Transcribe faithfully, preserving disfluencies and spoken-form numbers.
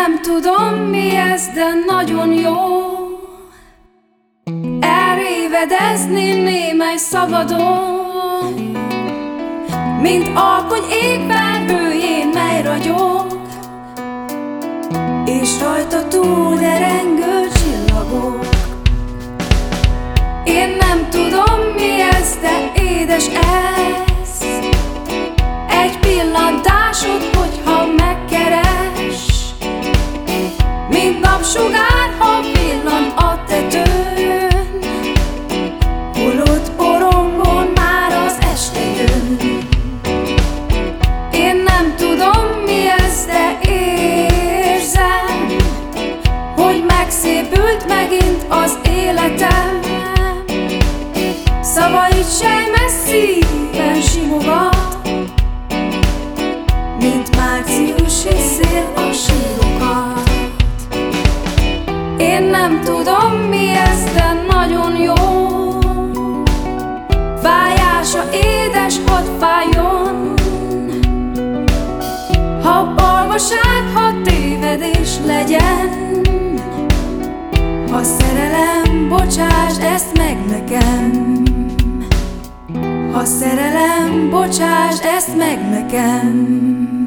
nem tudom mi ez, de nagyon jó elrévedezni némely szabadon, mint alkony égben hőjén, mely ragyog, és rajta túl derengő csillagok. Én nem tudom mi ez, de édes ez, egy pillantásod, hogyha megkeres, mint napsugár, ha villan a tetőn, holott borongon már az este jön. Én nem tudom mi ez, de érzem, hogy megszépült megint az életem. Szavaid sejmes szíven simogat, mint márciusi szél a sírokat. Én nem tudom mi ez, de nagyon jó, fájása édes, hadd fájjon. Ha balmaság, ha tévedés legyen, ha szerelem, bocsásd ezt meg nekem. Ha szerelem, bocsásd ezt meg nekem.